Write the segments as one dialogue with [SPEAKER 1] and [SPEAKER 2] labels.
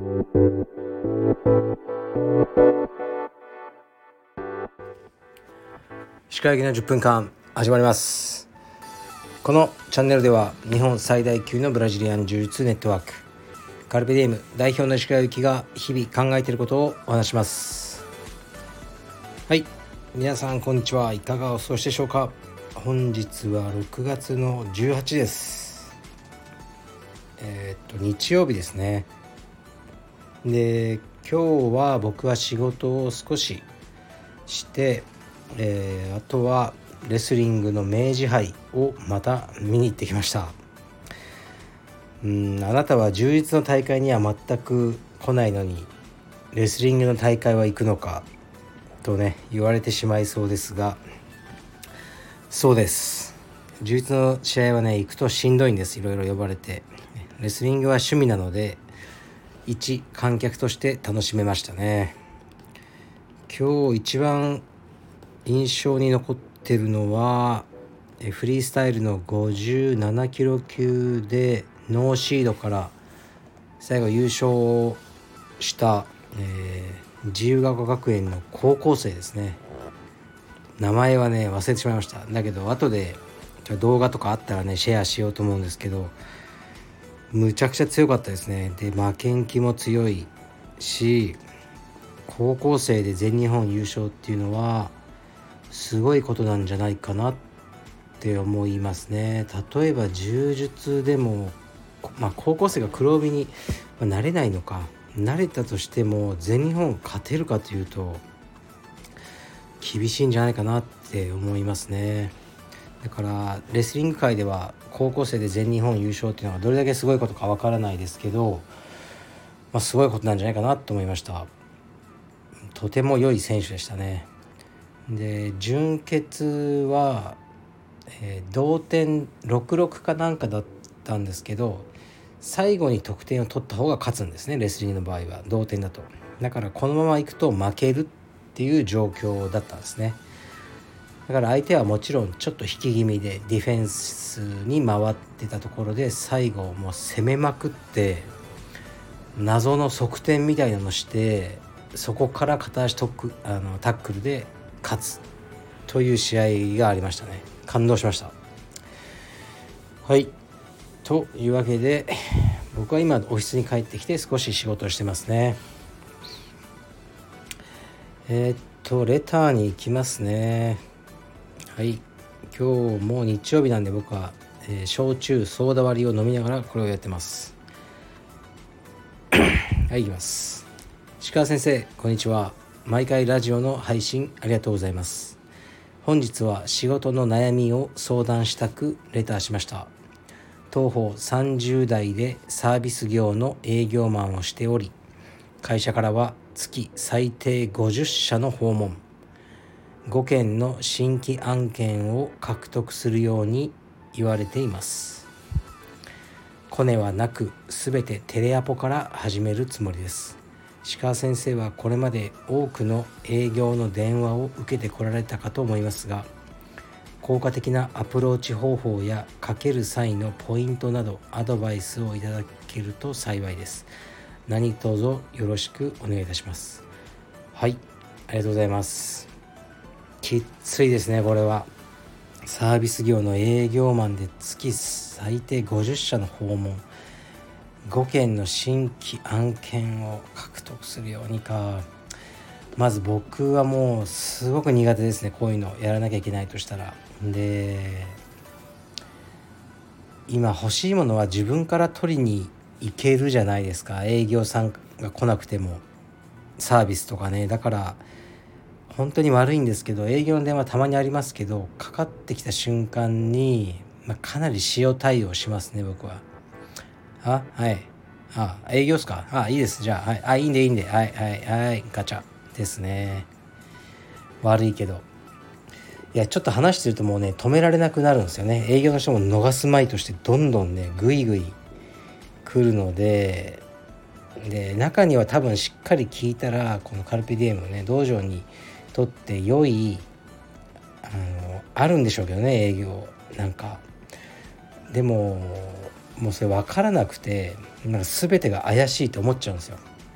[SPEAKER 1] 石川行きの10分間始まります。このチャンネルでは日本最大級のブラジリアン柔術ネットワークカルペディエム代表の石川行きが日々考えていることをお話します。はい、皆さんこんにちは。いかがお過ごしでしょうか。本日は6月の18です。日曜日ですね。で、今日は僕は仕事を少しして、あとはレスリングの明治杯をまた見に行ってきました。あなたは柔術の大会には全く来ないのにレスリングの大会は行くのかとね言われてしまいそうですが、そうです。柔術の試合はね行くとしんどいんです。いろいろ呼ばれて。レスリングは趣味なので一観客として楽しめましたね。今日一番印象に残ってるのはフリースタイルの57キロ級でノーシードから最後優勝した、自由が丘学園の高校生ですね。名前はね忘れてしまいました。だけど後で動画とかあったらねシェアしようと思うんですけど、むちゃくちゃ強かったですね。で負けん気も強いし、高校生で全日本優勝っていうのはすごいことなんじゃないかなって思いますね。例えば柔術でも、高校生が黒帯になれないのか、慣れたとしても全日本勝てるかというと厳しいんじゃないかなって思いますね。だからレスリング界では高校生で全日本優勝っていうのはどれだけすごいことかわからないですけど、すごいことなんじゃないかなと思いました。とても良い選手でしたね。で準決は、同点 6-6 かなんかだったんですけど、最後に得点を取った方が勝つんですね。レスリングの場合は同点だと。だからこのままいくと負けるっていう状況だったんですね。だから相手はもちろんちょっと引き気味でディフェンスに回ってたところで、最後もう攻めまくって謎の側転みたいなのして、そこから片足タックルで勝つという試合がありましたね。感動しました。はい、というわけで僕は今オフィスに帰ってきて少し仕事をしてますね。レターに行きますね。はい、今日も日曜日なんで僕は、焼酎ソーダ割りを飲みながらこれをやってます。はい、行きます。石川先生こんにちは。毎回ラジオの配信ありがとうございます。本日は仕事の悩みを相談したくレターしました。当方30代でサービス業の営業マンをしており、会社からは月最低50社の訪問、5件の新規案件を獲得するように言われています。コネはなく全てテレアポから始めるつもりです。石川先生はこれまで多くの営業の電話を受けてこられたかと思いますが、効果的なアプローチ方法やかける際のポイントなどアドバイスをいただけると幸いです。何卒よろしくお願いいたします。はい、ありがとうございます。きついですね。これはサービス業の営業マンで月最低50社の訪問、5件の新規案件を獲得するようにか。まず僕はもうすごく苦手ですね。こういうのやらなきゃいけないとしたら。で今欲しいものは自分から取りに行けるじゃないですか。営業さんが来なくてもサービスとかね。だから本当に悪いんですけど、営業の電話たまにありますけど、かかってきた瞬間に、かなり塩対応しますね。僕ははい営業っすか。いいです。じゃあいいんではいガチャですね。悪いけど、いやちょっと話してるともうね止められなくなるんですよね。営業の人も逃すまいとしてどんどんねグイグイ来るので、中には多分しっかり聞いたらこのカルピディエムをね道場にとって良いあるんでしょうけどね、営業なんか。でももうそれ分からなくて、全てが怪しいと思っちゃうんですよ。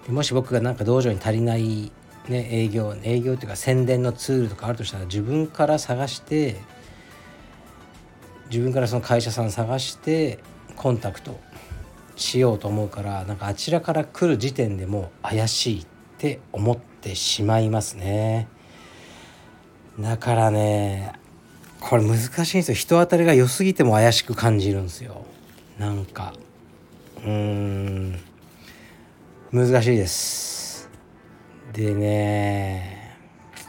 [SPEAKER 1] でもし僕がなんか道場に足りないね、営業っていうか宣伝のツールとかあるとしたら、自分から探して、自分からその会社さん探してコンタクトしようと思うから、なんかあちらから来る時点でもう怪しいって思ってしまいますね。だからね、これ難しいんですよ。人当たりが良すぎても怪しく感じるんですよ。なんか難しいです。でね、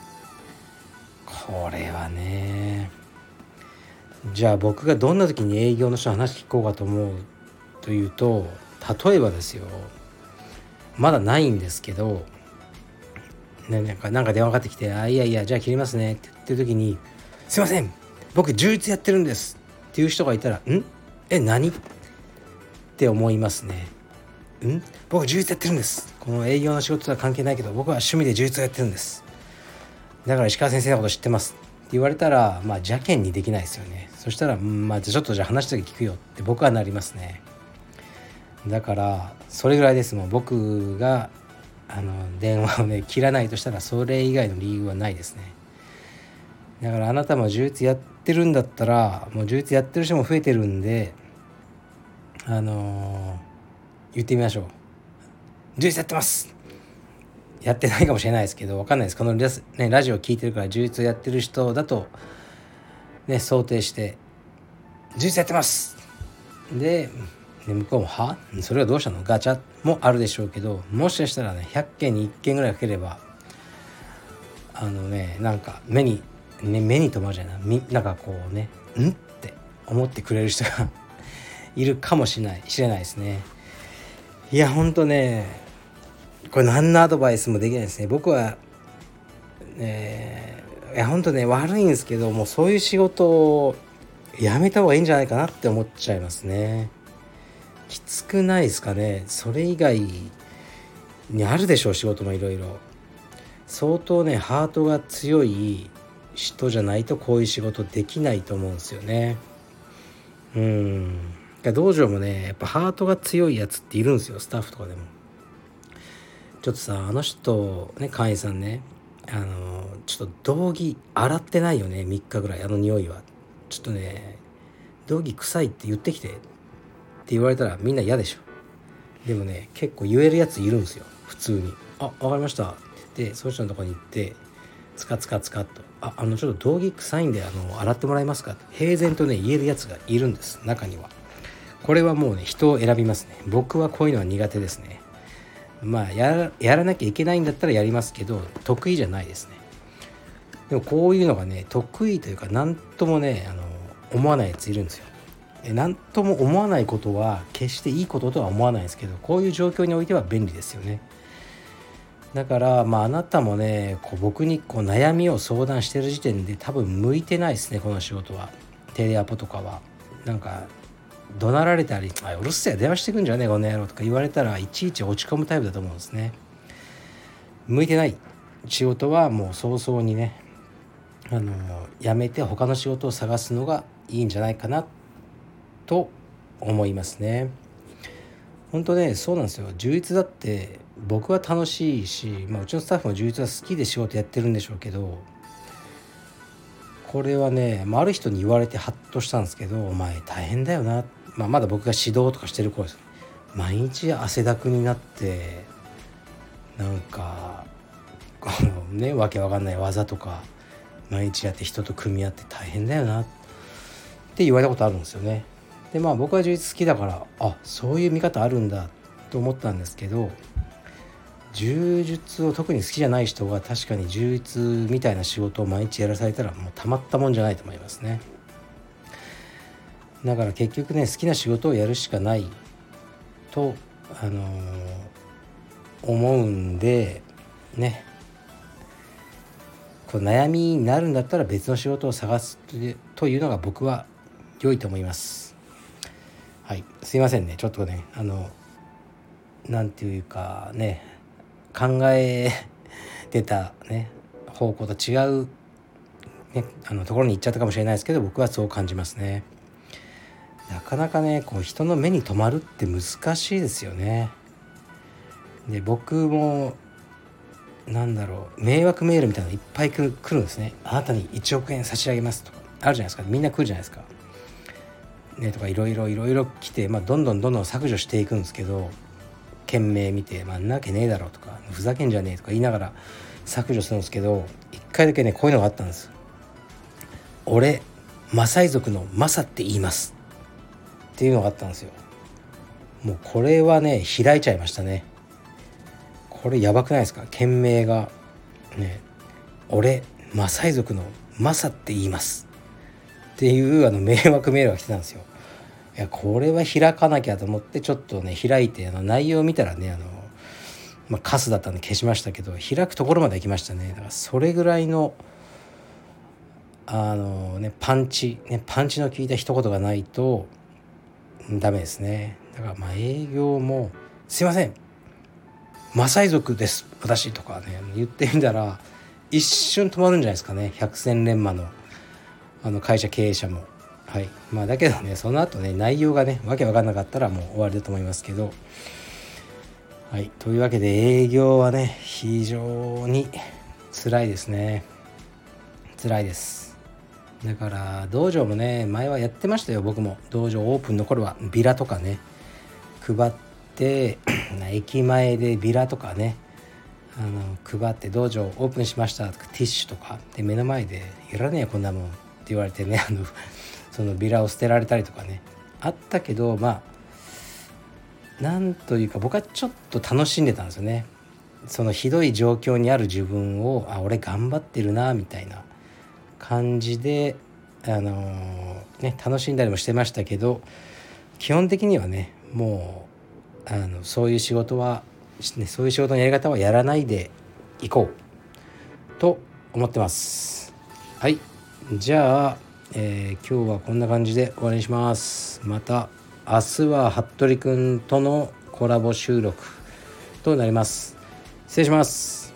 [SPEAKER 1] これはね、じゃあ僕がどんな時に営業の人の話聞こうかと思うというと、例えばですよ、まだないんですけど、なんか電話かかってきて、いやいやじゃあ切りますねって言ってる時に、すいません僕充実やってるんですっていう人がいたら、何って思いますね。僕充実やってるんです、この営業の仕事とは関係ないけど僕は趣味で充実をやってるんです、だから石川先生のこと知ってますって言われたら、邪険にできないですよね。そしたらちょっとじゃあ話だけ聞くよって僕はなりますね。だからそれぐらいです。もう僕が電話をね切らないとしたら、それ以外の理由はないですね。だからあなたも充実やってるんだったら、もう充実やってる人も増えてるんで、言ってみましょう。充実やってます。やってないかもしれないですけど、分かんないです。このラジオ聞いてるから充実やってる人だとね、想定して充実やってますで、向こうもはそれはどうしたのガチャもあるでしょうけど、もしかしたらね100件に1件ぐらいかければなんか目に留まるじゃない、なんかこうねって思ってくれる人がいるかもしれないですね。いやほんとね、これ何のアドバイスもできないですね。僕は、いやほんとね悪いんですけど、もうそういう仕事をやめた方がいいんじゃないかなって思っちゃいますね。きつくないですかね。それ以外にあるでしょう、仕事もいろいろ。相当ねハートが強い人じゃないとこういう仕事できないと思うんですよね。道場もねやっぱハートが強いやつっているんですよ、スタッフとかでも。ちょっとさ、あの人ね、会員さんね、ちょっと道着洗ってないよね3日ぐらい、あの匂いはちょっとね道着臭いって言ってきてって言われたらみんな嫌でしょ。でもね結構言えるやついるんですよ、普通に。わかりましたって言って、その人のとこに行ってつかつかつかっと、ちょっと道着臭いんで洗ってもらえますかって平然とね言えるやつがいるんです、中には。これはもうね人を選びますね。僕はこういうのは苦手ですね。やらなきゃいけないんだったらやりますけど、得意じゃないですね。でもこういうのがね得意というか、何ともね思わないやついるんですよ。何とも思わないことは決していいこととは思わないですけど、こういう状況においては便利ですよね。だからあなたもね僕に悩みを相談してる時点で多分向いてないですね、この仕事は。テレアポとかはなんか怒鳴られたり、うるせえ電話してくんじゃねえこの野郎とか言われたらいちいち落ち込むタイプだと思うんですね。向いてない仕事はもう早々にねやめて他の仕事を探すのがいいんじゃないかなと思いますね。本当ねそうなんですよ。充実だって僕は楽しいし、うちのスタッフも充実は好きで仕事やってるんでしょうけど、これはね、ある人に言われてハッとしたんですけど、お前大変だよな、まだ僕が指導とかしてる頃です。毎日汗だくになってなんかこのねわけわかんない技とか毎日やって人と組み合って大変だよなって言われたことあるんですよね。で僕は充実好きだから、そういう見方あるんだと思ったんですけど、柔術を特に好きじゃない人が確かに柔術みたいな仕事を毎日やらされたらもうたまったもんじゃないと思いますね。だから結局ね好きな仕事をやるしかないと、思うんでね、悩みになるんだったら別の仕事を探すというのが僕は良いと思います。はい、すいませんね、ちょっとねなんていうかね考えてたね方向と違う、ね、ところに行っちゃったかもしれないですけど、僕はそう感じますね。なかなかね人の目に留まるって難しいですよね。 で僕も迷惑メールみたいなのいっぱい来るんですね。あなたに1億円差し上げますとかあるじゃないですか。みんな来るじゃないですかね、とかいろいろ来て、どんどん削除していくんですけど、件名見て、んなわけねえだろとかふざけんじゃねえとか言いながら削除するんですけど、一回だけねこういうのがあったんです。俺マサイ族のマサって言いますっていうのがあったんですよ。もうこれはね開いちゃいましたね。これやばくないですか。件名がね、俺マサイ族のマサって言いますっていう迷惑メールが来てたんですよ。いやこれは開かなきゃと思ってちょっとね開いて内容を見たらねカスだったんで消しましたけど、開くところまで行きましたね。だからそれぐらいのパンチの効いた一言がないとダメですね。だから営業もすいませんマサイ族です私とかね言ってみたら一瞬止まるんじゃないですかね。百戦錬磨の会社経営者も。はい、だけどねその後ね内容がねわけわかんなかったらもう終わりだと思いますけど、はい、というわけで営業はね非常に辛いですね。辛いです。だから道場もね前はやってましたよ。僕も道場オープンの頃はビラとかね配って駅前でビラとかね配って道場オープンしましたとかティッシュとかで目の前でいらねえよこんなもんって言われてねそのビラを捨てられたりとかねあったけど、なんというか僕はちょっと楽しんでたんですよね。そのひどい状況にある自分を俺頑張ってるなみたいな感じで楽しんだりもしてましたけど、基本的にはねもうそういう仕事のやり方はやらないでいこうと思ってます。はい、じゃあ、今日はこんな感じで終わりにします。また明日は服部くんとのコラボ収録となります。失礼します。